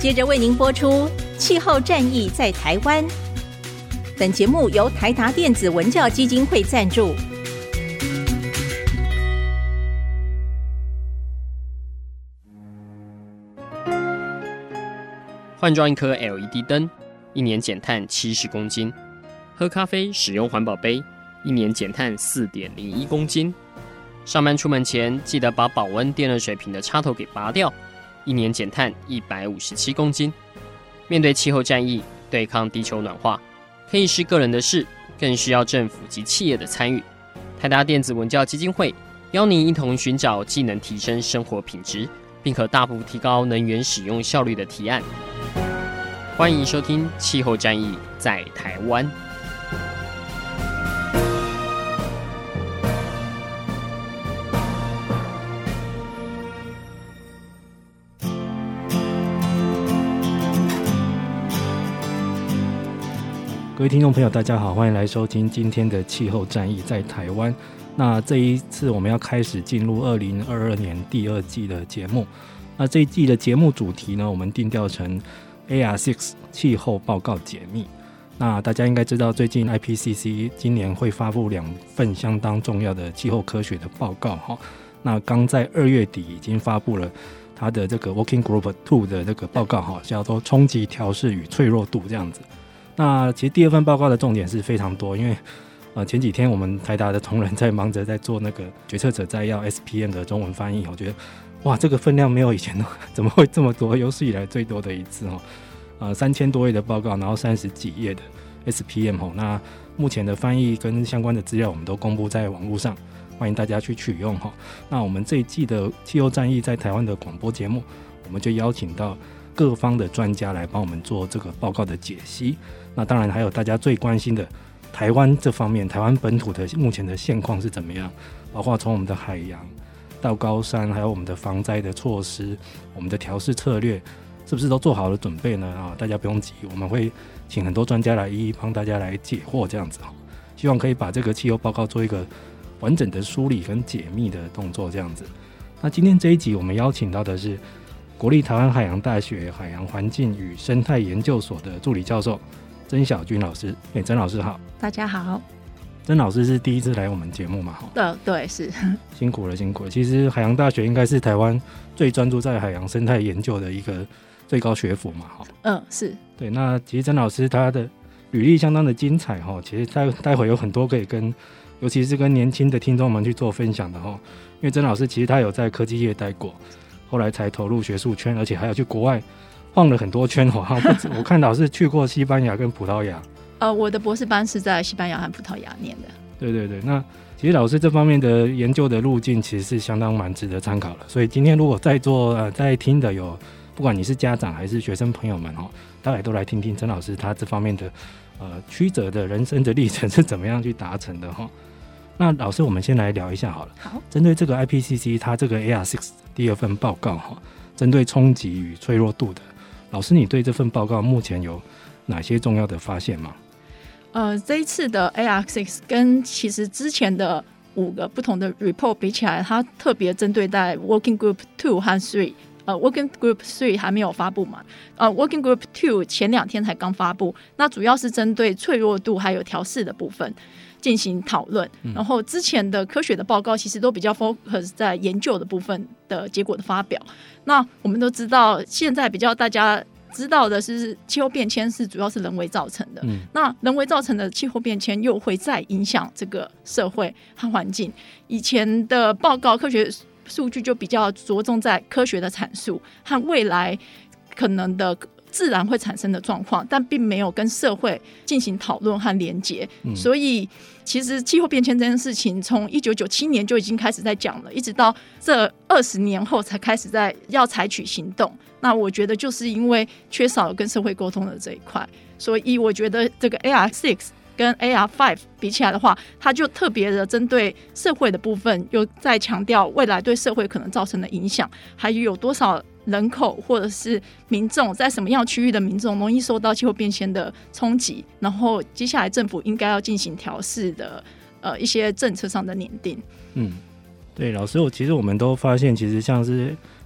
接着为您播出气候战役在台湾。本节目由台达电子文教基金会赞助。 换装一颗 LED 灯，一年减碳70公斤；喝咖啡使用环保杯，一年减碳4.01公斤；上班出门前记得把保温电热水瓶的插头给拔掉，一年减碳157公斤。面对气候战役，对抗地球暖化，可以是个人的事，更需要政府及企业的参与。台达电子文教基金会邀您一同寻找既能提升生活品质，并可大幅提高能源使用效率的提案。欢迎收听《气候战役在台湾》。 各位听众朋友大家好，欢迎来收听今天的气候战役在台湾。那这一次我们要开始进入2022年第2季的节目。那这一季的节目主题呢，我们定调成 AR6 气候报告解密。那大家应该知道，最近 IPCC 今年会发布2份相当重要的气候科学的报告。那刚在2月底已经发布了它的这个 Working Group 2的这个报告，叫做冲击调试与脆弱度这样子。那其实第2份报告的重点是非常多，因为前几天我们台达的同仁在忙着在做那个决策者摘要 SPM 的中文翻译，我觉得哇，这个分量没有以前怎么会这么多，有史以来最多的一次3000多页的报告，然后30几页的 SPM。 那目前的翻译跟相关的资料我们都公布在网络上，欢迎大家去取用。那我们这一季的气候战役在台湾的广播节目，我们就邀请到各方的专家来帮我们做这个报告的解析。那当然还有大家最关心的台湾这方面，台湾本土的目前的现况是怎么样，包括从我们的海洋到高山，还有我们的防灾的措施，我们的调试策略是不是都做好了准备呢？大家不用急，我们会请很多专家来一一帮大家来解惑这样子，希望可以把这个气候报告做一个完整的梳理跟解密的动作这样子。那今天这一集我们邀请到的是国立台湾海洋大学海洋环境与生态研究所的助理教授曾小君老师。曾老师好。 大家好。 曾老师是第一次来我们节目嘛？ 对，是。 辛苦了。其实海洋大学应该是台湾最专注在海洋生态研究的一个最高学府嘛。 是。对， 那其实曾老师他的履历相当的精彩，其实待会有很多可以跟尤其是跟年轻的听众们去做分享的。因为曾老师其实他有在科技业待过，后来才投入学术圈，而且还有去国外晃了很多圈。我看老师去过西班牙跟葡萄牙。 我的博士班是在西班牙和葡萄牙念的。 对，那其实老师这方面的研究的路径其实是相当蛮值得参考的。所以今天如果在听的有，不管你是家长还是学生朋友们，大概都来听听曾老师他这方面的曲折的人生的历程是怎么样去达成的。那老师我们先来聊一下好了。 好。 针对这个 IPCC 它这个 AR6 第2份报告，针对冲击与脆弱度的，老师你对这份报告目前有哪些重要的发现吗？ 这一次的 AR6 跟其实之前的5个不同的 report 比起来，它特别针对在 Working Group 2和3。Working Group 3还没有发布嘛，Working Group 2前2天才刚发布。那主要是针对脆弱度还有调试的部分进行讨论。然后之前的科学的报告其实都比较 focus 在研究的部分的结果的发表。那我们都知道，现在比较大家知道的是气候变迁是主要是人为造成的。那人为造成的气候变迁又会再影响这个社会和环境。以前的报告科学数据就比较着重在科学的阐述和未来可能的自然会产生的状况，但并没有跟社会进行讨论和连结。所以其实气候变迁这件事情从1997年就已经开始在讲了，一直到这20年后才开始在要采取行动。那我觉得就是因为缺少跟社会沟通的这一块，所以我觉得这个 AR6 跟 AR5 比起来的话，它就特别的针对社会的部分，又在强调未来对社会可能造成的影响，还有多少人口或者是民众在什么样区域的民众容易受到气候变迁的冲击，然后接下来政府应该要进行调适的一些政策上的拟定。 对，老师，其实我们都发现，其实像是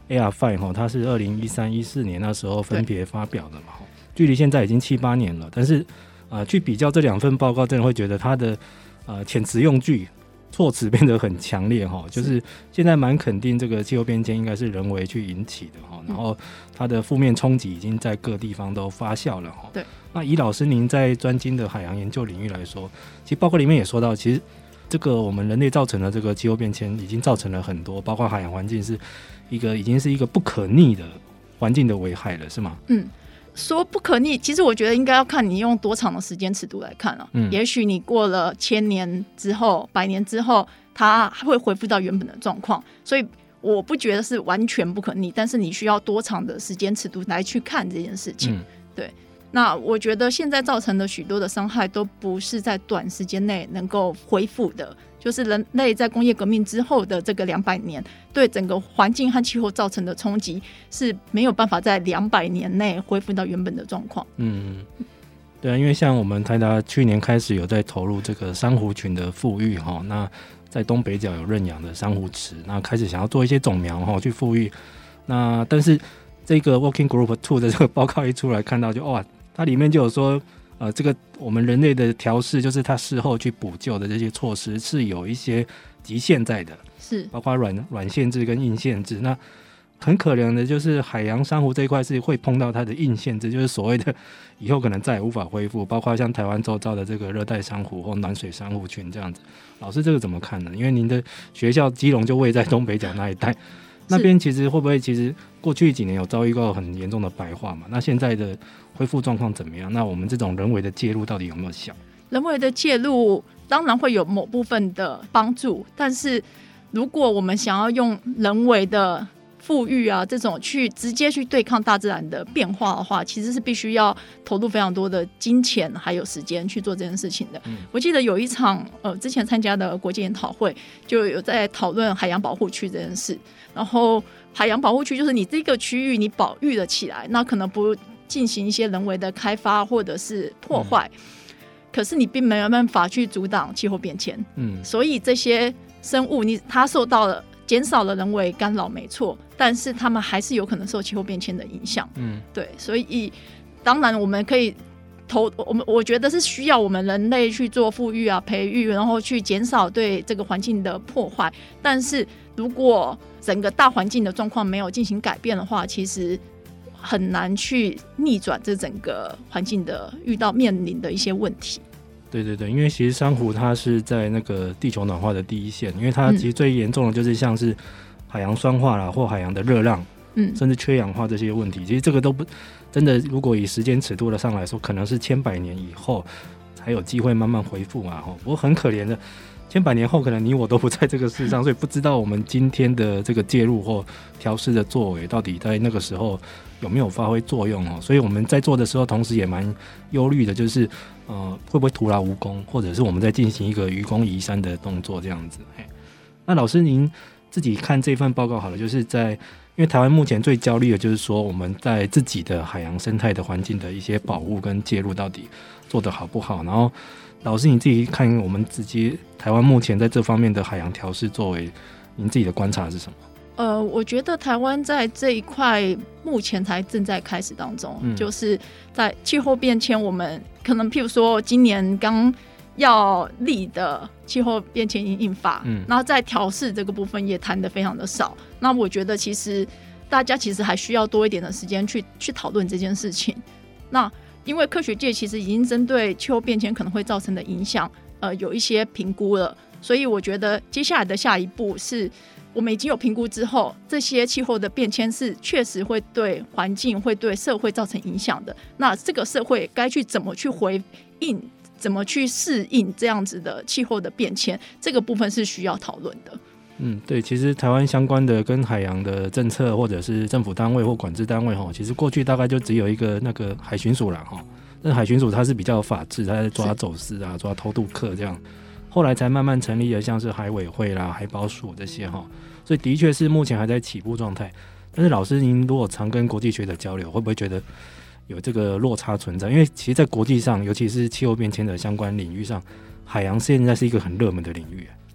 AR5 它是2013、14年那时候分别发表的嘛，距离现在已经7、8年了，但是去比较这2份报告，真的会觉得它的遣词用句措辞变得很强烈哈，就是现在蛮肯定这个气候变迁应该是人为去引起的哈，然后它的负面冲击已经在各地方都发酵了哈。 对， 那以老师您在专精的海洋研究领域来说，其实报告里面也说到，其实这个我们人类造成的这个气候变迁已经造成了很多，包括海洋环境是已经是一个不可逆的环境的危害了，是吗？ 说不可逆，其实我觉得应该要看你用多长的时间尺度来看啊。也许你过了1000年之后、100年之后，它会恢复到原本的状况，所以我不觉得是完全不可逆，但是你需要多长的时间尺度来去看这件事情。对，那我觉得现在造成的许多的伤害都不是在短时间内能够恢复的，就是人类在工业革命之后的这个200年对整个环境和气候造成的冲击是没有办法在200年内恢复到原本的状况。 对啊，因为像我们台达去年开始有在投入这个珊瑚群的复育哈，那在东北角有认养的珊瑚池，那开始想要做一些种苗哈去复育，那但是这个 Working Group 2的这个报告一出来，看到就哇，它里面就有说这个我们人类的调试，就是它事后去补救的这些措施是有一些极限在的，是包括软限制跟硬限制。那很可怜的就是海洋珊瑚这一块是会碰到它的硬限制，就是所谓的以后可能再也无法恢复，包括像台湾周遭的这个热带珊瑚或暖水珊瑚群这样子。老师这个怎么看呢？因为您的学校基隆就位在东北角那一带，那边其实会不会其实过去几年有遭遇过很严重的白化嘛？那现在的恢复状况怎么样？那我们这种人为的介入到底有没有效？ 人为的介入当然会有某部分的帮助，但是如果我们想要用人为的富裕啊这种去直接去对抗大自然的变化的话，其实是必须要投入非常多的金钱还有时间去做这件事情的。我记得有一场之前参加的国际研讨会就有在讨论海洋保护区这件事，然后海洋保护区就是你这个区域你保育了起来，那可能不进行一些人为的开发或者是破坏，可是你并没有办法去阻挡气候变迁。所以这些生物它受到了减少了人为干扰没错，但是他们还是有可能受气候变迁的影响。对，所以当然我们可以我觉得是需要我们人类去做富裕啊培育，然后去减少对这个环境的破坏，但是如果整个大环境的状况没有进行改变的话，其实很难去逆转这整个环境的面临的一些问题。对， 因为其实珊瑚它是在那个地球暖化的第一线，因为它其实最严重的就是像是海洋酸化啦，或海洋的热浪，甚至缺氧化这些问题，其实这个都不真的，如果以时间尺度的上来说，可能是千百年以后才有机会慢慢恢复嘛。不过很可怜的，千百年后可能你我都不在这个世上，所以不知道我们今天的这个介入或调试的作为到底在那个时候有没有发挥作用哦。所以我们在做的时候，同时也蛮忧虑的，就是会不会徒劳无功，或者是我们在进行一个愚公移山的动作这样子。那老师您自己看这份报告好了，就是因为台湾目前最焦虑的就是说我们在自己的海洋生态的环境的一些保护跟介入到底做得好不好，然后老师你自己看我们自己台湾目前在这方面的海洋调试作为，您自己的观察是什么？ 我觉得台湾在这一块目前才正在开始当中，就是在气候变迁，我们可能譬如说今年刚要立的气候变迁因应法，然后在调试这个部分也谈得非常的少。那我觉得其实大家其实还需要多一点的时间去讨论这件事情。那因为科学界其实已经针对气候变迁可能会造成的影响有一些评估了，所以我觉得接下来的下一步是我们已经有评估之后，这些气候的变迁是确实会对环境会对社会造成影响的，那这个社会该去怎么去回应，怎么去适应这样子的气候的变迁，这个部分是需要讨论的。 对，其实台湾相关的跟海洋的政策或者是政府单位或管制单位其实过去大概就只有一个那个海巡署啦，但海巡署它是比较有法治，它在抓走私啊抓偷渡客这样，后来才慢慢成立了像是海委会啦海保署这些所以的确是目前还在起步状态。但是老师您如果常跟国际学者交流，会不会觉得有这个落差存在？因为其实在国际上尤其是气候变迁的相关领域上，海洋现在是一个很热门的领域。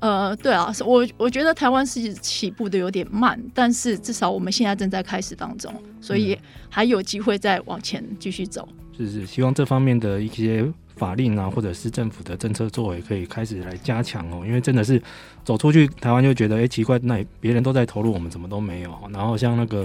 对啊，我觉得台湾是起步的有点慢，但是至少我们现在正在开始当中，所以还有机会再往前继续走。 是，希望这方面的一些法令啊，或者是政府的政策作为可以开始来加强哦，因为真的是走出去台湾就觉得奇怪，那别人都在投入，我们怎么都没有。然后像那个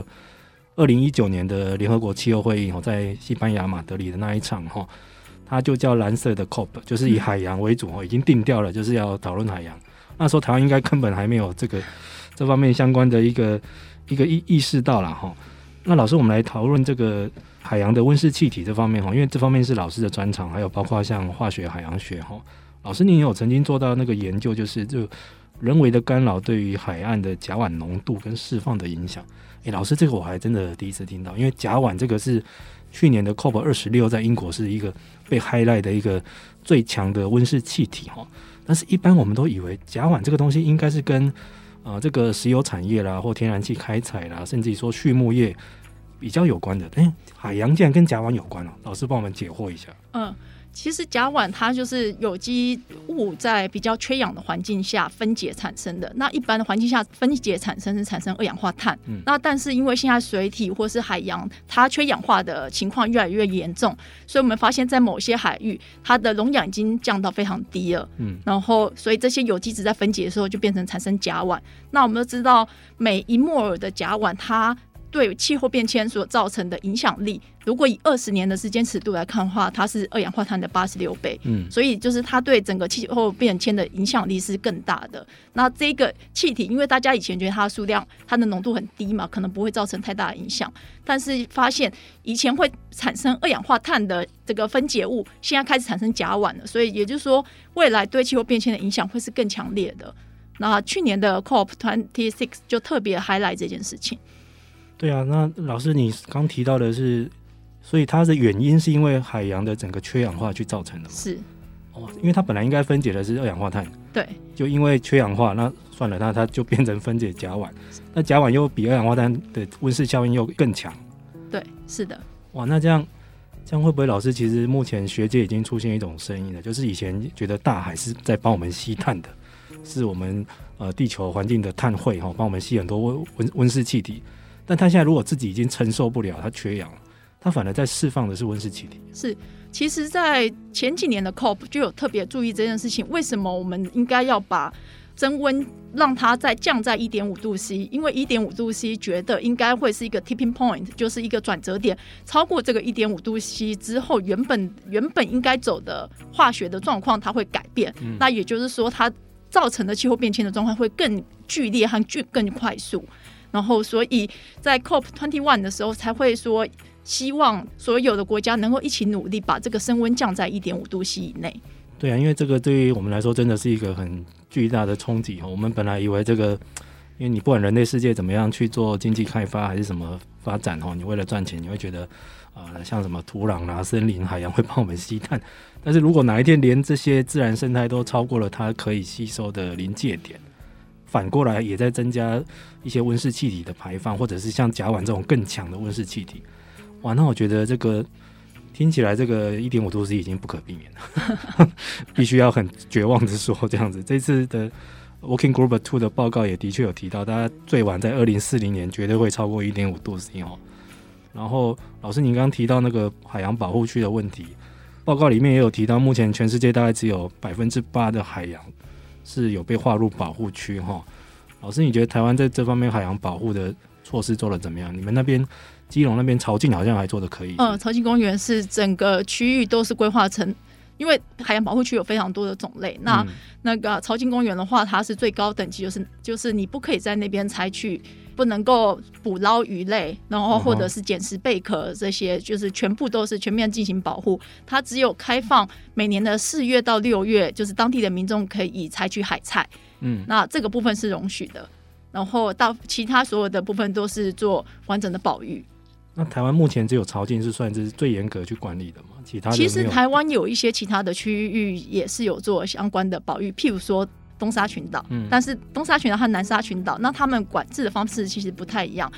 2019年的联合国气候会议在西班牙马德里的那一场它就叫蓝色的 COP， 就是以海洋为主已经定掉了，就是要讨论海洋。那时候台湾应该根本还没有这方面相关的一个意识到啦那老师，我们来讨论这个海洋的温室气体这方面因为这方面是老师的专长，还有包括像化学、海洋学老师您有曾经做到那个研究，就人为的干扰对于海岸的甲烷浓度跟释放的影响。老师，这个我还真的第一次听到，因为甲烷这个是去年的 COP26 在英国是一个被 highlight 的一个最强的温室气体但是一般我们都以为甲烷这个东西应该是跟这个石油产业啦，或天然气开采啦，甚至说畜牧业比较有关的。海洋竟然跟甲烷有关老师帮我们解惑一下。 其实甲烷它就是有机物在比较缺氧的环境下分解产生的，那一般的环境下分解产生是产生二氧化碳，那但是因为现在水体或是海洋它缺氧化的情况越来越严重，所以我们发现在某些海域它的溶氧已经降到非常低了，然后所以这些有机质在分解的时候就变成产生甲烷。那我们都知道每一摩尔的甲烷它对气候变迁所造成的影响力，如果以20年的时间尺度来看的话，它是二氧化碳的86倍，所以就是它对整个气候变迁的影响力是更大的。那这个气体，因为大家以前觉得它的数量、它的浓度很低嘛，可能不会造成太大的影响，但是发现以前会产生二氧化碳的这个分解物，现在开始产生甲烷了，所以也就是说，未来对气候变迁的影响会是更强烈的。那去年的 COP26 就特别 highlight 这件事情。 对啊，那老师你刚提到的是，所以它的原因是因为海洋的整个缺氧化去造成的吗？ 是因为它本来应该分解的是二氧化碳， 对， 就因为缺氧化，那算了，那它就变成分解甲烷，那甲烷又比二氧化碳的温室效应又更强。 对，是的。 哇，那这样会不会老师其实目前学界已经出现一种声音了，就是以前觉得大海是在帮我们吸碳的，是我们地球环境的碳汇帮我们吸很多温室气体。但他现在如果自己已经承受不了，他缺氧了，他反而在释放的是温室气体。 是，其实在前几年的 COP 就有特别注意这件事情，为什么我们应该要把增温让它再降在 1.5 度 C， 因为 1.5 度 C 觉得应该会是一个 tipping point， 就是一个转折点，超过这个 1.5 度 C 之后，原本应该走的化学的状况它会改变，那也就是说它造成的气候变迁的状况会更剧烈和更快速。然后所以在 COP21 的时候才会说希望所有的国家能够一起努力把这个升温降在 1.5 度 C 以内。 对啊，因为这个对于我们来说真的是一个很巨大的冲击。我们本来以为这个，因为你不管人类世界怎么样去做经济开发还是什么发展，你为了赚钱你会觉得像什么土壤啦、森林、海洋会帮我们吸碳，但是如果哪一天连这些自然生态都超过了它可以吸收的临界点，反过来也在增加一些温室气体的排放，或者是像甲烷这种更强的温室气体。哇，那我觉得这个听起来这个 1.5 度 C 已经不可避免了必须要很绝望的说这样子。这次的 Working Group 2 的报告也的确有提到，大家最晚在2040年绝对会超过 1.5 度 C 然后老师您刚刚提到那个海洋保护区的问题，报告里面也有提到，目前全世界大概只有 8% 的海洋是有被划入保护区老师你觉得台湾在这方面海洋保护的措施做得怎么样？你们那边基隆那边潮境好像还做得可以。 潮境公园是整个区域都是规划成，因为海洋保护区有非常多的种类，那个潮境公园的话，它是最高等级，就是你不可以在那边采取，不能够捕捞鱼类，然后或者是捡拾贝壳，这些就是全部都是全面进行保护。它只有开放每年的4月到6月，就是当地的民众可以采取海菜，那这个部分是容许的，然后到其他所有的部分都是做完整的保育。 那台湾目前只有潮境是算是最严格去管理的吗？其他的其实台湾有一些其他的区域也是有做相关的保育，譬如说东沙群岛，但是东沙群岛和南沙群岛，那他们管制的方式其实不太一样。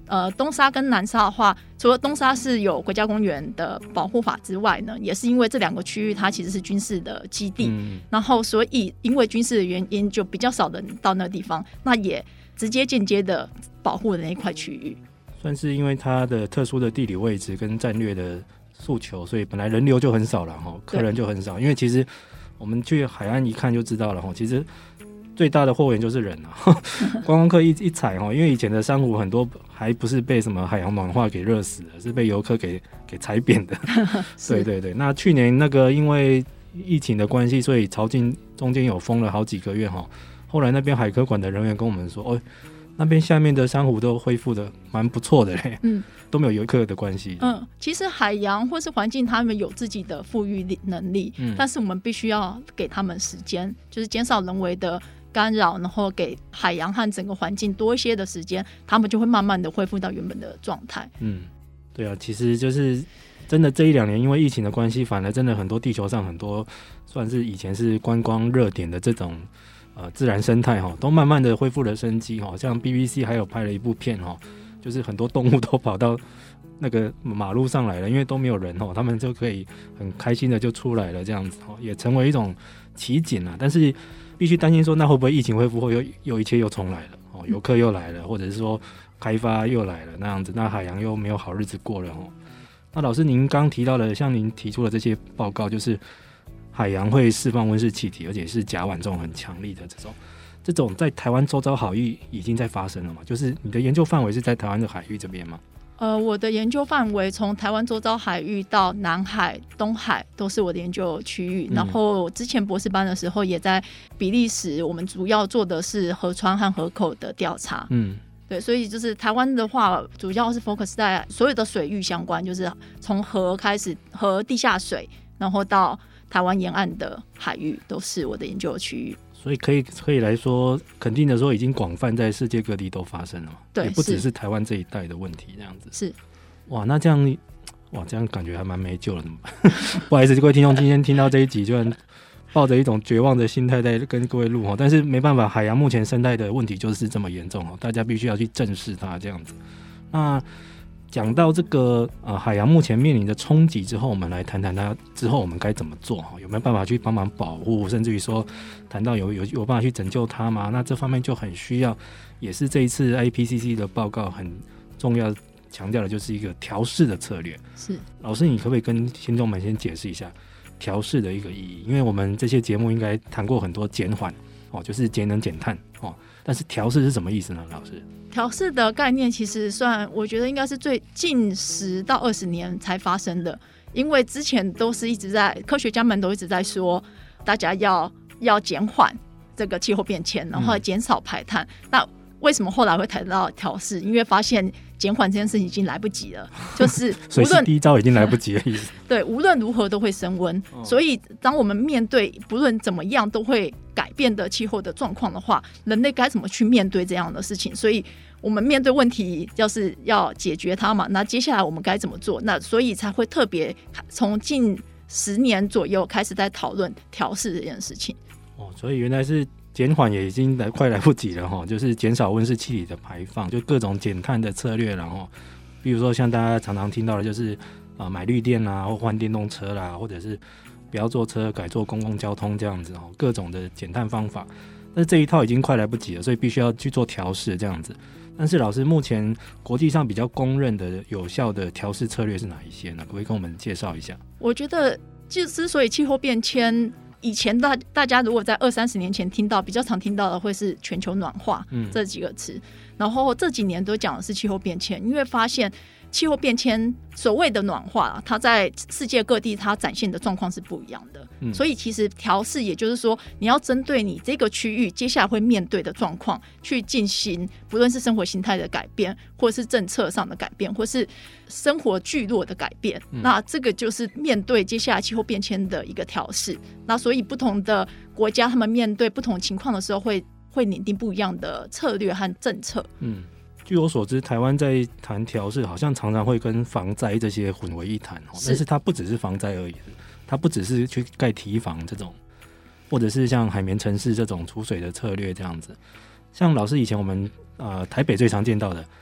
东沙跟南沙的话，除了东沙是有国家公园的保护法之外呢，也是因为这2个区域它其实是军事的基地，然后所以因为军事的原因，就比较少人到那个地方，那也直接间接的保护了那一块区域。 算是因为它的特殊的地理位置跟战略的诉求，所以本来人流就很少了，客人就很少。因为其实我们去海岸一看就知道了，其实最大的货源就是人啊。观光客一踩，因为以前的珊瑚很多还不是被什么海洋暖化给热死的，是被游客给踩扁的。对对对，那去年那个因为疫情的关系，所以潮境中间有封了好几个月，后来那边海科馆的人员跟我们说，那边下面的珊瑚都恢复的蛮不错的嘞，都没有游客的关系。 其实海洋或是环境他们有自己的富裕能力，但是我们必须要给他们时间，就是减少人为的干扰，然后给海洋和整个环境多一些的时间，他们就会慢慢的恢复到原本的状态。 对啊，其实就是真的这1-2年因为疫情的关系，反而真的很多地球上很多算是以前是观光热点的这种自然生态都慢慢的恢复了生机。像 BBC 还有拍了一部片，就是很多动物都跑到那个马路上来了，因为都没有人，他们就可以很开心的就出来了，这样子也成为一种奇景啊。但是必须担心说，那会不会疫情恢复后又一切又重来了，游客又来了，或者是说开发又来了，那样子，那海洋又没有好日子过了。那老师您刚提到的，像您提出的这些报告，就是海洋会释放温室气体，而且是甲烷这种很强力的这种在台湾周遭海域已经在发生了嘛？就是你的研究范围是在台湾的海域这边吗？ 我的研究范围从台湾周遭海域到南海、东海都是我的研究区域。然后之前博士班的时候也在比利时，我们主要做的是河川和河口的调查。对，所以就是台湾的话，主要是 focus 在所有的水域相关，就是从河开始，河地下水，然后到台湾沿岸的海域都是我的研究区域。 所以可以来说，肯定的说，已经广泛在世界各地都发生了嘛？ 对， 也不只是台湾这一带的问题，这样子。 是， 哇，那这样感觉还蛮没救了，怎么办？不好意思，各位听众，今天听到这一集，居然抱着一种绝望的心态在跟各位录，但是没办法，海洋目前生态的问题就是这么严重，大家必须要去正视它，这样子。那讲到这个海洋目前面临的冲击之后，我们来谈谈它之后我们该怎么做，有没有办法去帮忙保护，甚至于说谈到有办法去拯救它吗？那这方面就很需要，也是这一次 IPCC 的报告很重要强调的就是一个调适的策略。 是， 老师你可不可以跟听众们先解释一下调适的一个意义？因为我们这些节目应该谈过很多减缓就是节能减碳但是调适是什么意思呢？老师， 调适的概念其实我觉得应该是最近10到20年才发生的，因为之前都是一直在科学家们都一直在说大家要减缓这个气候变迁，然后减少排碳。那为什么后来会谈到调适？因为发现减缓这件事情已经来不及了，就是所以是第一招已经来不及的意思。 对，无论如何都会升温，所以当我们面对不论怎么样都会改变的气候的状况的话，人类该怎么去面对这样的事情？所以我们面对问题就是要解决它嘛，那接下来我们该怎么做？那所以才会特别从近10年左右开始在讨论调适这件事情。 所以原来是减缓也已经快来不及了，就是减少温室气体的排放，就各种减碳的策略，然后比如说像大家常常听到的就是买绿电啦，或换电动车啦，或者是不要坐车改坐公共交通这样子，各种的减碳方法。但是这一套已经快来不及了，所以必须要去做调适这样子。但是老师，目前国际上比较公认的有效的调适策略是哪一些呢？可不可以跟我们介绍一下？ 我觉得之所以气候变迁以前大家如果在20-30年前听到比较常听到的会是全球暖化这几个词，然后这几年都讲的是气候变迁，因为发现气候变迁所谓的暖化它在世界各地它展现的状况是不一样的，所以其实调适也就是说你要针对你这个区域接下来会面对的状况去进行，不论是生活形态的改变，或是政策上的改变，或是生活聚落的改变，那这个就是面对接下来气候变迁的一个调适。那所以不同的国家他们面对不同情况的时候会拟定不一样的策略和政策。 据我所知，台湾在谈调适好像常常会跟防灾这些混为一谈，但是它不只是防灾而已，它不只是去盖堤防这种，或者是像海绵城市这种储水的策略这样子。像老师以前我们台北最常见到的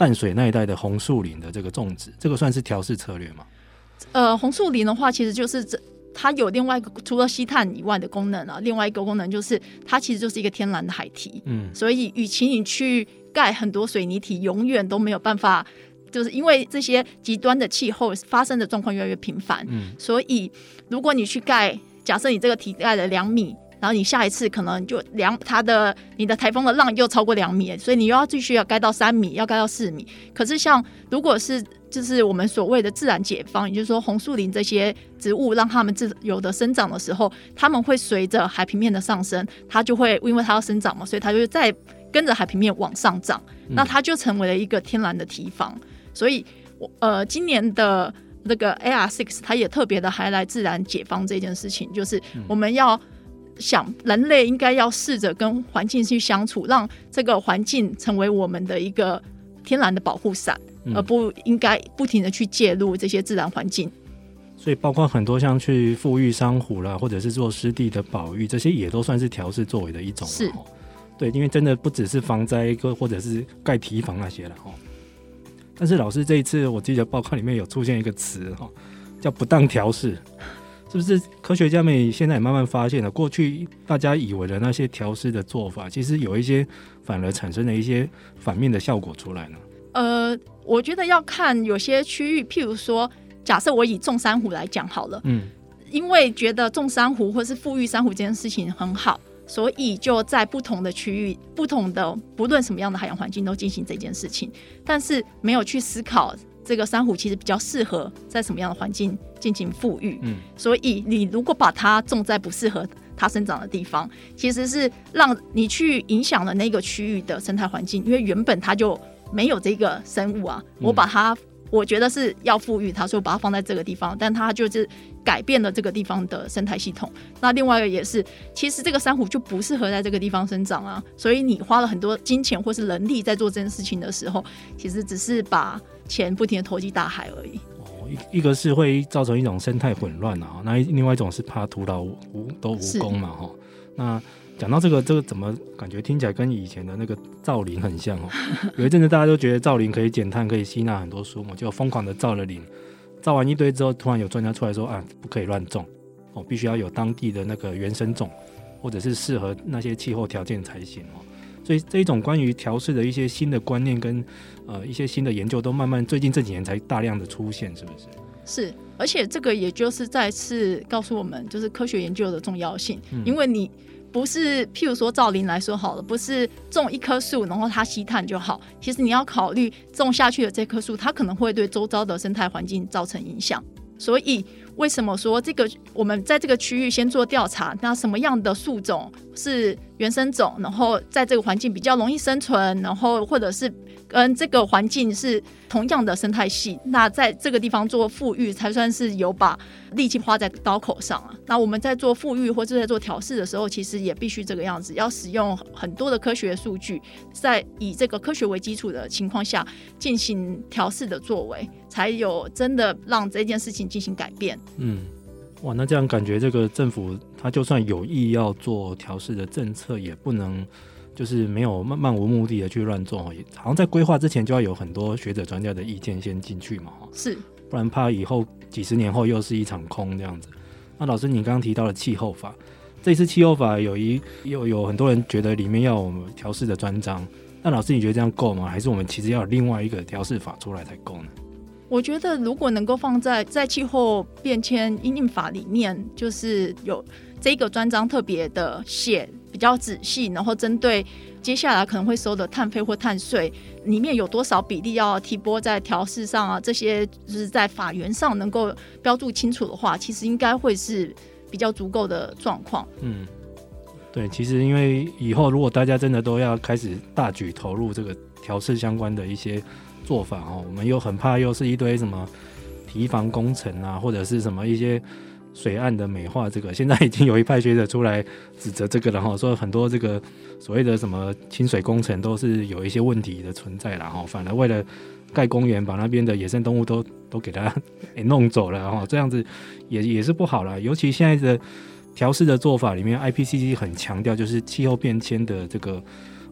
淡水那一带的红树林的这个种植，这个算是调试策略吗？ 红树林的话，其实就是它有另外一个除了吸碳以外的功能啊，另外一个功能就是它其实就是一个天然的海堤，所以与其你去盖很多水泥体，永远都没有办法，就是因为这些极端的气候发生的状况越来越频繁，所以如果你去盖，假设你这个堤盖了2米，然后你下一次可能就你的台风的浪又超过2米，所以你又要继续要盖到3米，要盖到4米。可是像如果是就是我们所谓的自然解放，也就是说红树林这些植物让它们自由的生长的时候，它们会随着海平面的上升，它就会因为它要生长嘛，所以它就再跟着海平面往上涨，那它就成为了一个天然的堤防。所以今年的那个 AR6 它也特别的还来自然解放这件事情，就是我们要想人类应该要试着跟环境去相处，让这个环境成为我们的一个天然的保护伞，而不应该不停的去介入这些自然环境。 所以包括很多像去富裕珊瑚啦，或者是做湿地的保育，这些也都算是调试作为的一种。 是， 对，因为真的不只是防灾或者是盖堤防那些了。但是老师这一次我记得报告里面有出现一个词叫不当调试，是不是科学家们现在也慢慢发现了，过去大家以为的那些调试的做法，其实有一些反而产生了一些反面的效果出来呢？ 我觉得要看有些区域，譬如说假设我以种珊瑚来讲好了，因为觉得种珊瑚或是富裕珊瑚这件事情很好，所以就在不同的区域，不同的不论什么样的海洋环境都进行这件事情，但是没有去思考这个珊瑚其实比较适合在什么样的环境进行富裕，所以你如果把它种在不适合它生长的地方，其实是让你去影响了那个区域的生态环境，因为原本它就没有这个生物啊，我觉得是要富裕它，所以我把它放在这个地方，但它就是改变了这个地方的生态系统。那另外一个也是，其实这个珊瑚就不适合在这个地方生长啊，所以你花了很多金钱或是人力在做这件事情的时候，其实只是把钱不停的投进大海而已。 一个是会造成一种生态混乱啊，那另外一种是怕徒劳都无功嘛。那讲到这个怎么感觉听起来跟以前的那个造林很像有一阵子大家都觉得造林可以减碳，可以吸纳很多树木，就疯狂的造了林，造完一堆之后，突然有专家出来说不可以乱种必须要有当地的那个原生种，或者是适合那些气候条件才行所以这一种关于调试的一些新的观念跟一些新的研究都慢慢最近这几年才大量的出现，是不是？ 是，而且这个也就是再次告诉我们就是科学研究的重要性，因为你不是譬如说造林来说好了，不是种一棵树然后它吸碳就好，其实你要考虑种下去的这棵树它可能会对周遭的生态环境造成影响。所以为什么说这个我们在这个区域先做调查，那什么样的树种是原生种，然后在这个环境比较容易生存，然后或者是跟这个环境是同样的生态系，那在这个地方做富裕才算是有把力气花在刀口上啊。那我们在做富裕或者在做调试的时候，其实也必须这个样子，要使用很多的科学数据，在以这个科学为基础的情况下进行调试的作为，才有真的让这件事情进行改变。 哇，那这样感觉这个政府他就算有意要做调试的政策，也不能就是没有漫无目的的去乱做，好像在规划之前就要有很多学者专家的意见先进去嘛， 是， 不然怕以后几十年后又是一场空这样子。那老师你刚刚提到的气候法，这次气候法有很多人觉得里面要我们调试的专章，那老师你觉得这样够吗？还是我们其实要有另外一个调试法出来才够呢？ 我觉得如果能够放在气候变迁因应法里面，就是有这个专章特别的写比较仔细，然后针对接下来可能会收的碳费或碳税里面有多少比例要提拨在调试上啊，这些就是在法源上能够标注清楚的话，其实应该会是比较足够的状况。 对，其实因为以后如果大家真的都要开始大举投入这个调试相关的一些做法我们又很怕又是一堆什么堤防工程啊，或者是什么一些水岸的美化，这个现在已经有一派学者出来指责这个了说很多这个所谓的什么清水工程都是有一些问题的存在啦反而为了盖公园把那边的野生动物都给它弄走了这样子也是不好啦。尤其现在的调试的做法里面 IPCC 很强调就是气候变迁的这个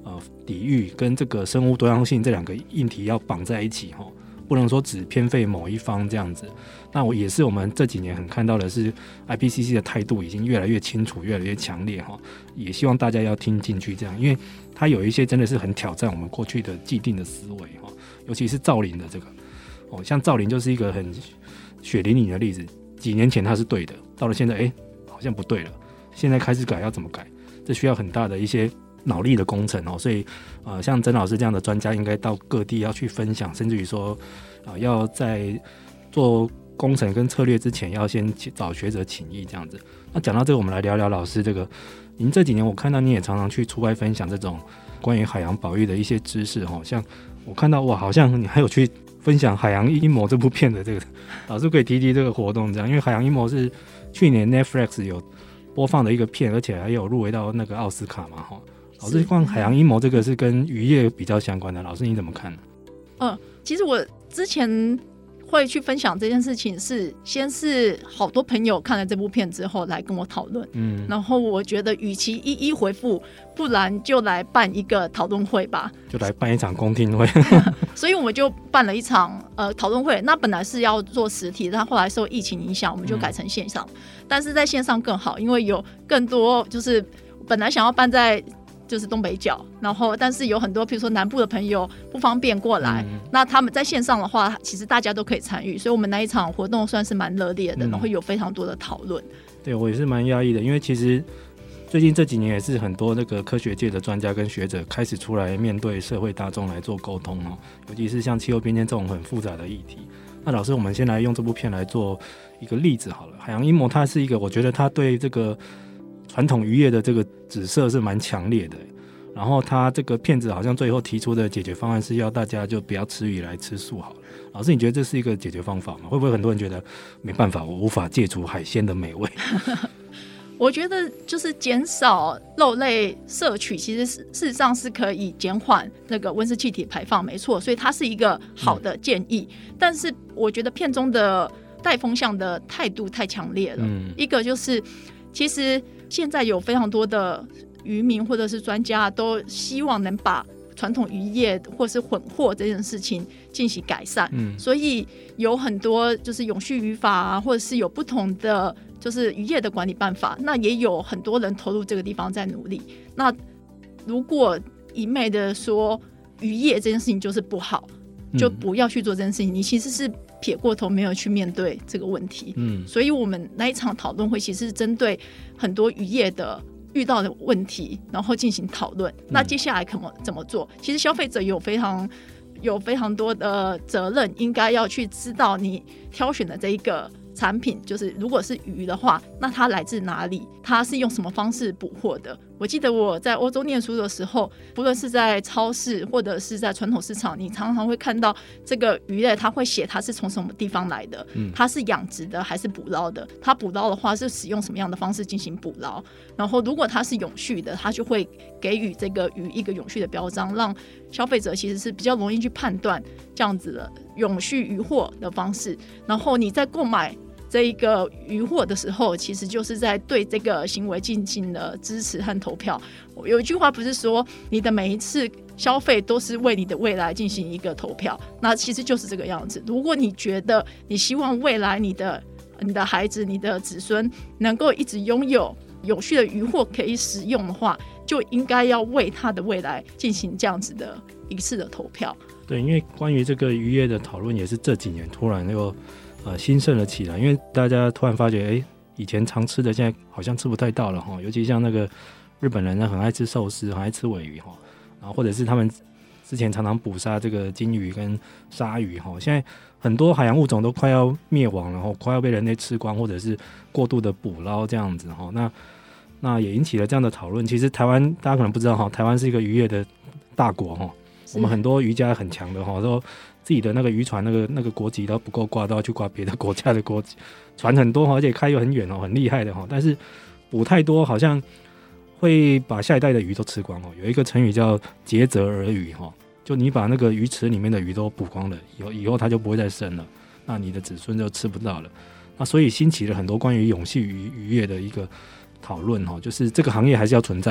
抵御跟这个生物多样性这两个议题要绑在一起不能说只偏废某一方这样子。那也是我们这几年很看到的是 IPCC 的态度已经越来越清楚越来越强烈也希望大家要听进去这样，因为它有一些真的是很挑战我们过去的既定的思维尤其是造林的这个像造林就是一个很血淋淋的例子，几年前它是对的，到了现在好像不对了，现在开始改要怎么改，这需要很大的一些脑力的工程所以像曾老师这样的专家应该到各地要去分享，甚至于说要在做工程跟策略之前要先找学者请益这样子。那讲到这个，我们来聊聊老师这个，您这几年我看到你也常常去出外分享这种关于海洋保育的一些知识像我看到好像你还有去分享《海洋阴谋》这部片的这个，老师可以提提这个活动这样，因为《海洋阴谋》是去年 Netflix 有播放的一个片，而且还有入围到那个奥斯卡嘛老师，关于《海洋阴谋》这个是跟渔业比较相关的，老师你怎么看呢？ 其实我之前会去分享这件事情先是好多朋友看了这部片之后来跟我讨论，然后我觉得与其一一回复，不然就来办一个讨论会吧， 就来办一场公听会所以我们就办了一场讨论会。那本来是要做实体，但后来受疫情影响我们就改成线上，但是在线上更好，因为有更多就是本来想要办在就是东北角，然后但是有很多比如说南部的朋友不方便过来，那他们在线上的话其实大家都可以参与，所以我们那一场活动算是蛮热烈的，然后有非常多的讨论。 对，我也是蛮讶异的，因为其实最近这几年也是很多那个科学界的专家跟学者开始出来面对社会大众来做沟通尤其是像气候变迁这种很复杂的议题。那老师，我们先来用这部片来做一个例子好了。海洋阴谋它是一个，我觉得它对这个传统渔业的这个指涉是蛮强烈的，然后他这个片子好像最后提出的解决方案是要大家就不要吃鱼来吃素好了。老师，你觉得这是一个解决方法吗？会不会很多人觉得没办法，我无法戒除海鲜的美味？ 我觉得就是减少肉类摄取，其实事实上是可以减缓那个温室气体排放，没错，所以它是一个好的建议。但是我觉得片中的带风向的态度太强烈了。一个就是其实现在有非常多的渔民或者是专家都希望能把传统渔业或是混货这件事情进行改善，所以有很多就是永续渔法啊，或者是有不同的就是渔业的管理办法，那也有很多人投入这个地方在努力。那如果一昧的说渔业这件事情就是不好，就不要去做这件事情，你其实是撇过头没有去面对这个问题。所以我们那一场讨论会其实是针对很多渔业的遇到的问题，然后进行讨论。那接下来怎么做？其实消费者有非常多的责任，应该要去知道你挑选的这一个产品，就是如果是鱼的话，那它来自哪里？它是用什么方式捕获的？我记得我在欧洲念书的时候，不论是在超市或者是在传统市场，你常常会看到这个鱼类，它会写它是从什么地方来的，它是养殖的还是捕捞的，它捕捞的话是使用什么样的方式进行捕捞，然后如果它是永续的，它就会给予这个鱼一个永续的标章，让消费者其实是比较容易去判断这样子的永续渔获的方式。然后你在购买这一个渔获的时候，其实就是在对这个行为进行了支持和投票。有一句话不是说你的每一次消费都是为你的未来进行一个投票，那其实就是这个样子。如果你觉得你希望未来你的孩子、你的子孙能够一直拥有有序的渔获可以使用的话，就应该要为他的未来进行这样子的一次的投票。 对，因为关于这个渔业的讨论也是这几年突然又兴盛了起来，因为大家突然发觉以前常吃的现在好像吃不太到了尤其像那个日本人很爱吃寿司，很爱吃鲔鱼然后或者是他们之前常常捕杀这个金鱼跟鲨鱼现在很多海洋物种都快要灭亡了，快要被人类吃光，或者是过度的捕捞这样子那也引起了这样的讨论。其实台湾大家可能不知道台湾是一个渔业的大国我们很多渔家很强的都自己的那个渔船那个国籍都不够挂，都要去挂别的国家的国籍，船很多而且开又很远很厉害的但是捕太多好像会把下一代的鱼都吃光有一个成语叫竭泽而渔就你把那个鱼池里面的鱼都捕光了以后它就不会再生了，那你的子孙就吃不到了。那所以兴起了很多关于永续渔业的一个讨论就是这个行业还是要存在，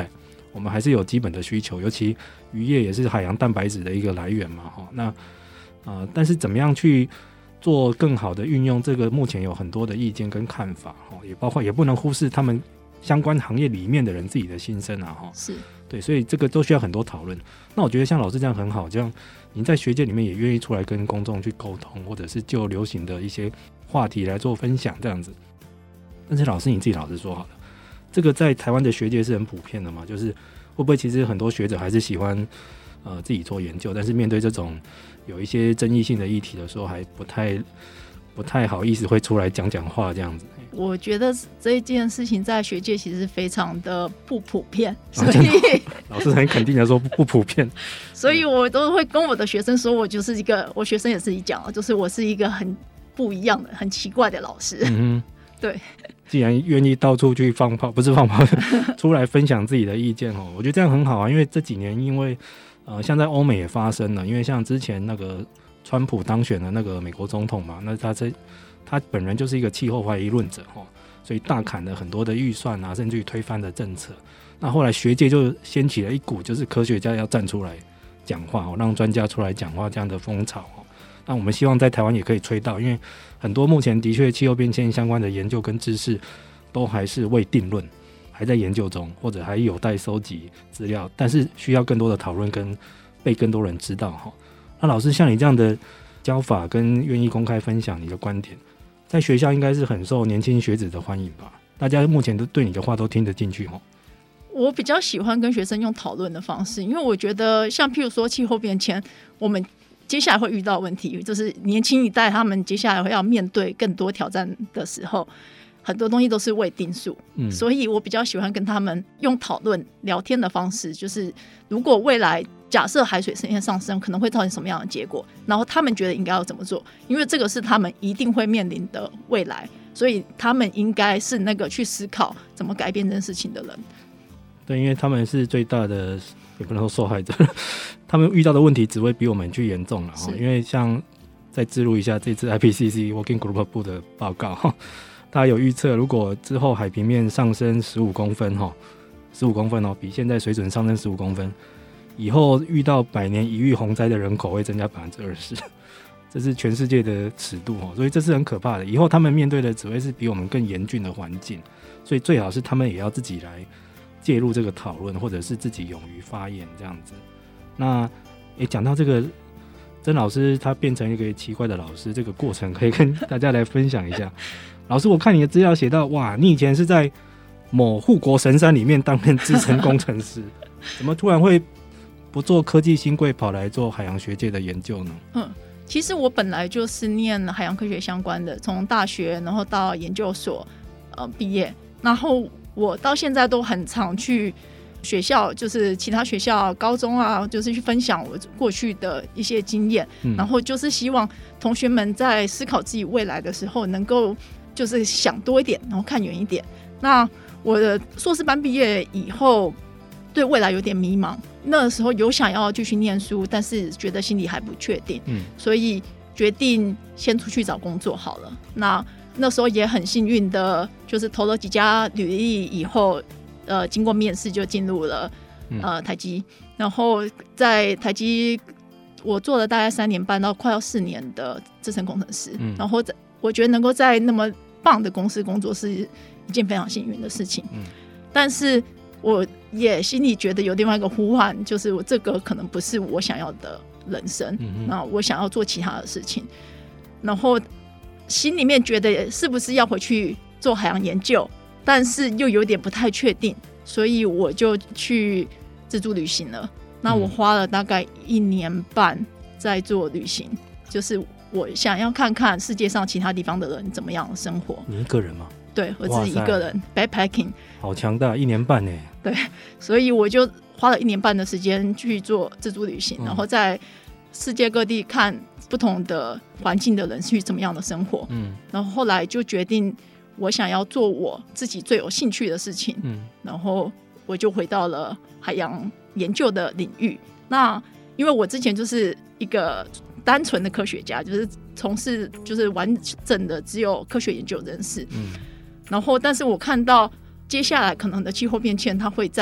我们还是有基本的需求，尤其渔业也是海洋蛋白质的一个来源嘛。那但是怎么样去做更好的运用，这个目前有很多的意见跟看法，也包括也不能忽视他们相关行业里面的人自己的心声啊。 是对，所以这个都需要很多讨论。那我觉得像老师这样很好，这样您在学界里面也愿意出来跟公众去沟通，或者是就流行的一些话题来做分享这样子。但是老师你自己老实说好了，这个在台湾的学界是很普遍的嘛？就是会不会其实很多学者还是喜欢自己做研究，但是面对这种有一些争议性的议题的时候，还不太好意思会出来讲话这样子。 我觉得这一件事情在学界其实非常的不普遍，所以老师很肯定的说不普遍， 所以我都会跟我的学生说，我就是一个，我学生也自己讲了，就是我是一个很不一样的、很奇怪的老师。对， 既然愿意到处去放炮，不是放炮，出来分享自己的意见我觉得这样很好啊。因为这几年因为像在欧美也发生了，因为像之前那个川普当选的那个美国总统嘛，那他本人就是一个气候怀疑论者所以大砍了很多的预算啊，甚至于推翻了政策。那后来学界就掀起了一股就是科学家要站出来讲话让专家出来讲话这样的风潮那我们希望在台湾也可以吹到，因为很多目前的确气候变迁相关的研究跟知识都还是未定论，还在研究中，或者还有待收集资料，但是需要更多的讨论跟被更多人知道那老师像你这样的教法跟愿意公开分享你的观点，在学校应该是很受年轻学子的欢迎吧？大家目前都对你的话都听得进去我比较喜欢跟学生用讨论的方式，因为我觉得像譬如说气候变迁，我们接下来会遇到问题，就是年轻一代他们接下来会要面对更多挑战的时候，很多东西都是未定数所以我比较喜欢跟他们用讨论聊天的方式，就是如果未来假设海水线上升可能会造成什么样的结果，然后他们觉得应该要怎么做，因为这个是他们一定会面临的未来，所以他们应该是那个去思考怎么改变这件事情的人。 对，因为他们是最大的也不能说受害者，他们遇到的问题只会比我们去严重了因为像再植入一下这次 IPCC Working Group 部的报告他有预测如果之后海平面上升15公分15公分比现在水准上升15公分，以后遇到100年一遇洪灾的人口会增加20%，这是全世界的尺度所以这是很可怕的。以后他们面对的只会是比我们更严峻的环境，所以最好是他们也要自己来介入这个讨论，或者是自己勇于发言这样子。那讲到这个曾老师他变成一个奇怪的老师，这个过程可以跟大家来分享一下。老师，我看你的资料写到，哇，你以前是在某护国神山里面担任资深工程师，怎么突然会不做科技新贵，跑来做海洋学界的研究呢？ 其实我本来就是念海洋科学相关的，从大学然后到研究所毕业，然后我到现在都很常去学校，就是其他学校高中啊，就是去分享我过去的一些经验然后就是希望同学们在思考自己未来的时候能够就是想多一点，然后看远一点。那我的硕士班毕业以后对未来有点迷茫，那时候有想要继续念书，但是觉得心里还不确定所以决定先出去找工作好了。那时候也很幸运的就是投了几家履历以后经过面试就进入了台积，然后在台积我做了大概3年半到快要4年的资深工程师然后我觉得能够在那么棒的公司工作是一件非常幸运的事情但是我也心里觉得有另外一个呼唤，就是我这个可能不是我想要的人生那我想要做其他的事情，然后心里面觉得是不是要回去做海洋研究，但是又有点不太确定，所以我就去自助旅行了。那我花了大概1年半在做旅行，就是我想要看看世界上其他地方的人怎么样生活。 你一个人吗？ 对，我自己一个人 backpacking。 好强大，1年半耶。 对，所以我就花了1年半的时间去做自助旅行然后在世界各地看不同的环境的人去怎么样的生活然后后来就决定我想要做我自己最有兴趣的事情然后我就回到了海洋研究的领域。那因为我之前就是一个单纯的科学家，就是从事就是完整的只有科学研究这件事然后但是我看到接下来可能的气候变迁它会在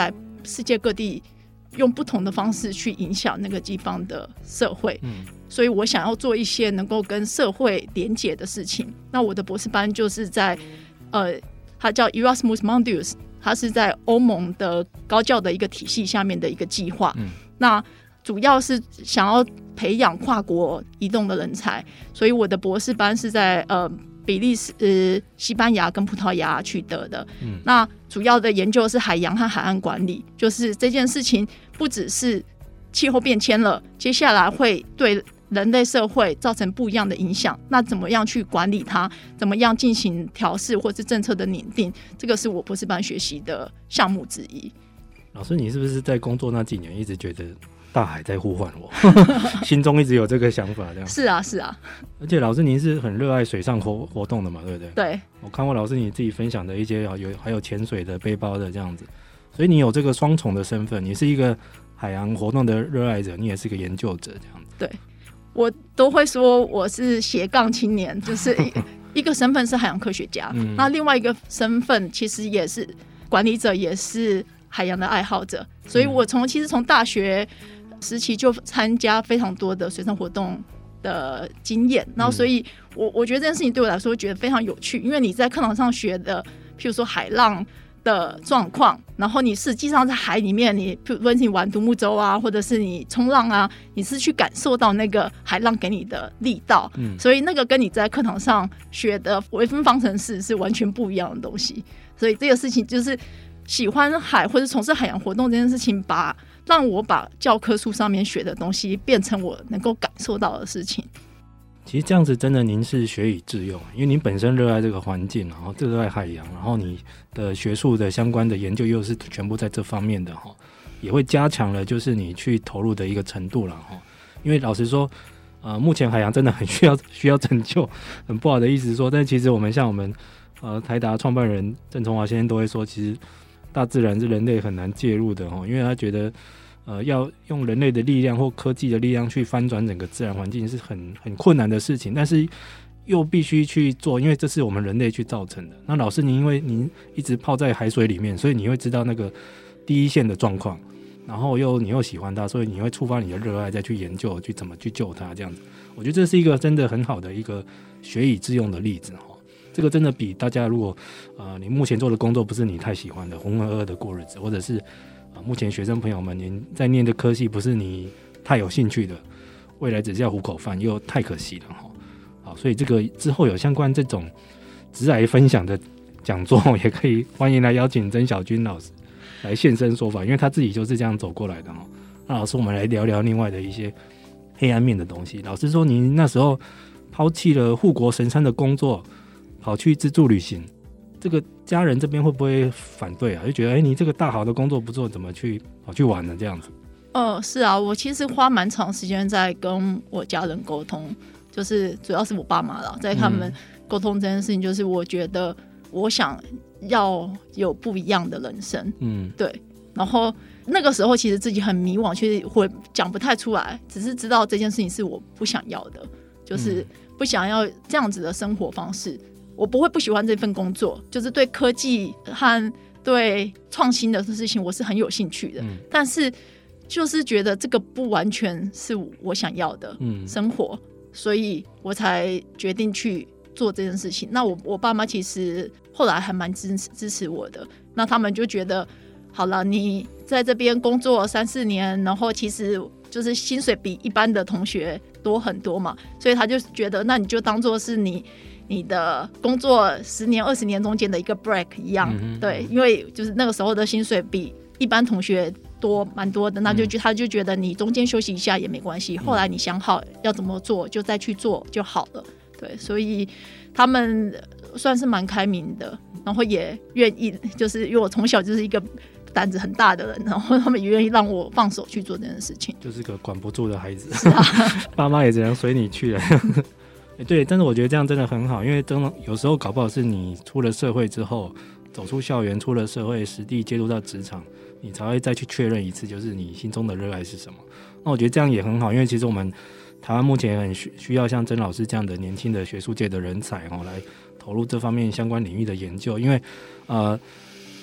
世界各地用不同的方式去影响那个地方的社会，所以我想要做一些能够跟社会连结的事情。那我的博士班就是在它叫 Erasmus Mundus， 它是在欧盟的高教的一个体系下面的一个计划，那主要是想要培养跨国移动的人才，所以我的博士班是在比利时、西班牙跟葡萄牙取得的。那主要的研究是海洋和海岸管理，就是这件事情不只是气候变迁了，接下来会对人类社会造成不一样的影响，那怎么样去管理它，怎么样进行调试或是政策的拟定，这个是我博士班学习的项目之一。 老师，你是不是在工作那几年一直觉得大海在呼唤我心中一直有这个想法这样？ 是啊是啊， 而且老师您是很热爱水上活动的嘛，对不对？ 对， 我看过老师你自己分享的一些还有潜水的、背包的这样子，所以你有这个双重的身份，你是一个海洋活动的热爱者，你也是个研究者这样子。 对，我都会说我是斜杠青年，就是一个身份是海洋科学家，那另外一个身份其实也是管理者，也是海洋的爱好者，所以我其实从大学时期就参加非常多的水上活动的经验，然后所以我觉得这件事情对我来说觉得非常有趣，因为你在课堂上学的譬如说海浪的状况，然后你实际上在海里面，你譬如说你玩独木舟啊，或者是你冲浪啊，你是去感受到那个海浪给你的力道，所以那个跟你在课堂上学的微分方程式是完全不一样的东西，所以这个事情就是喜欢海或者从事海洋活动这件事情，让我把教科书上面学的东西变成我能够感受到的事情。 其实这样子真的您是学以致用，因为您本身热爱这个环境，然后热爱海洋，然后你的学术的相关的研究又是全部在这方面的，也会加强了就是你去投入的一个程度了。因为老实说目前海洋真的很需要拯救，很不好的意思说，但其实我们台达创办人郑崇华先生都会说，其实大自然是人类很难介入的，因为他觉得要用人类的力量或科技的力量去翻转整个自然环境是很困难的事情，但是又必须去做，因为这是我们人类去造成的。那老师您因为您一直泡在海水里面，所以你会知道那个第一线的状况，然后你又喜欢它，所以你会触发你的热爱，再去研究去怎么去救它这样子。我觉得这是一个真的很好的一个学以致用的例子。这个真的比大家如果你目前做的工作不是你太喜欢的，浑浑噩噩的过日子，或者是目前学生朋友们您在念的科系不是你太有兴趣的，未来只是要糊口饭，又太可惜了。好，所以这个之后有相关这种职涯分享的讲座，也可以欢迎来邀请曾小军老师来现身说法，因为他自己就是这样走过来的。那老师，我们来聊聊另外的一些黑暗面的东西。老师说您那时候抛弃了护国神山的工作，跑去自助旅行，这个家人这边会不会反对啊？就觉得你这个大好的工作不做，怎么跑去玩呢？这样子。 是啊，我其实花蛮长时间在跟我家人沟通，就是主要是我爸妈啦，在他们沟通这件事情，就是我觉得我想要有不一样的人生，对。然后那个时候其实自己很迷惘，其实会讲不太出来，只是知道这件事情是我不想要的，就是不想要这样子的生活方式。我不会不喜欢这份工作，就是对科技和对创新的事情我是很有兴趣的，但是就是觉得这个不完全是我想要的生活，所以我才决定去做这件事情。那我爸妈其实后来还蛮支持我的，那他们就觉得好了，你在这边工作3-4年，然后其实就是薪水比一般的同学多很多嘛，所以他就觉得那你就当做是你的工作10年20年中间的一个 break 一样，对，因为就是那个时候的薪水比一般同学蛮多的，那他就觉得你中间休息一下也没关系，后来你想好要怎么做就再去做就好了，对，所以他们算是蛮开明的，然后也愿意，就是因为我从小就是一个胆子很大的人，然后他们也愿意让我放手去做这件事情， 就是个管不住的孩子， 是啊爸妈也只能随你去了对，但是我觉得这样真的很好，因为真的有时候搞不好是你出了社会之后，走出校园，出了社会，实地接触到职场，你才会再去确认一次，就是你心中的热爱是什么。那我觉得这样也很好，因为其实我们台湾目前很需要像曾老师这样的年轻的学术界的人才来投入这方面相关领域的研究，因为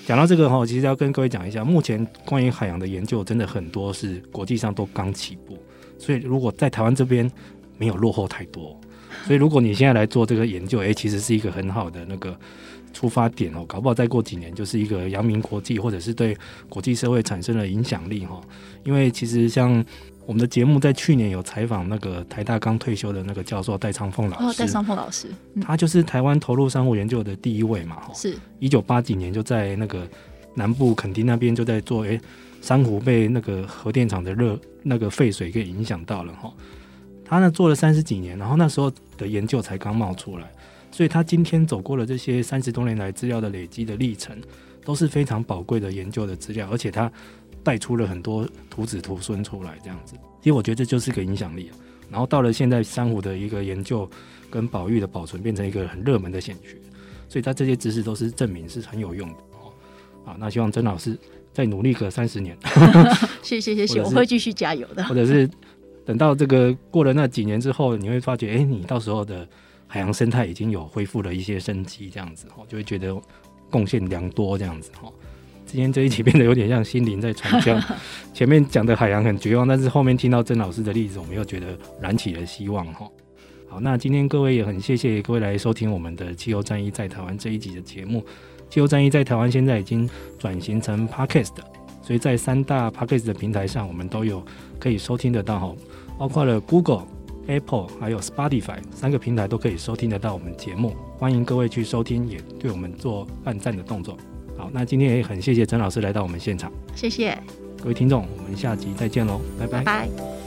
讲到这个其实要跟各位讲一下，目前关于海洋的研究真的很多是国际上都刚起步，所以如果在台湾这边没有落后太多，所以如果你现在来做这个研究，其实是一个很好的那个出发点搞不好再过几年就是一个扬名国际，或者是对国际社会产生了影响力因为其实像我们的节目在去年有采访那个台大刚退休的那个教授戴昌凤老师， 戴昌凤老师， 他就是台湾投入珊瑚研究的第一位嘛， 是 1980几年就在那个南部垦丁那边就在做，珊瑚被那个核电厂的那个废水给影响到了他呢做了30几年，然后那时候的研究才刚冒出来，所以他今天走过了这些30多年来资料的累积的历程，都是非常宝贵的研究的资料，而且他带出了很多徒子徒孙出来这样子。其实我觉得这就是个影响力然后到了现在珊瑚的一个研究跟保育的保存变成一个很热门的显学，所以他这些知识都是证明是很有用的好，那希望曾老师再努力个30年谢谢，我会继续加油的。 或者是等到这个过了那几年之后，你会发觉你到时候的海洋生态已经有恢复了一些生机这样子就会觉得贡献良多这样子今天这一集变得有点像心灵在传教前面讲的海洋很绝望，但是后面听到曾老师的例子，我们又觉得燃起了希望好，那今天各位也很谢谢各位来收听我们的气候战役在台湾这一集的节目。气候战役在台湾现在已经转型成 Podcast， 所以在3大 Podcast 的平台上我们都有可以收听得到包括了 Google、Apple 还有 Spotify 3个平台都可以收听得到我们节目，欢迎各位去收听，也对我们做按赞的动作。好，那今天也很谢谢曾老师来到我们现场， 谢谢各位听众，我们下集再见咯，拜拜。 拜拜。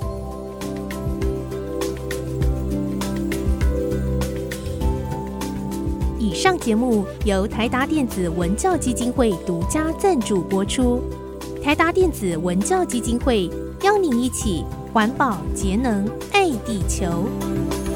以上节目由台达电子文教基金会独家赞助播出。台达电子文教基金会邀您一起环保节能爱地球。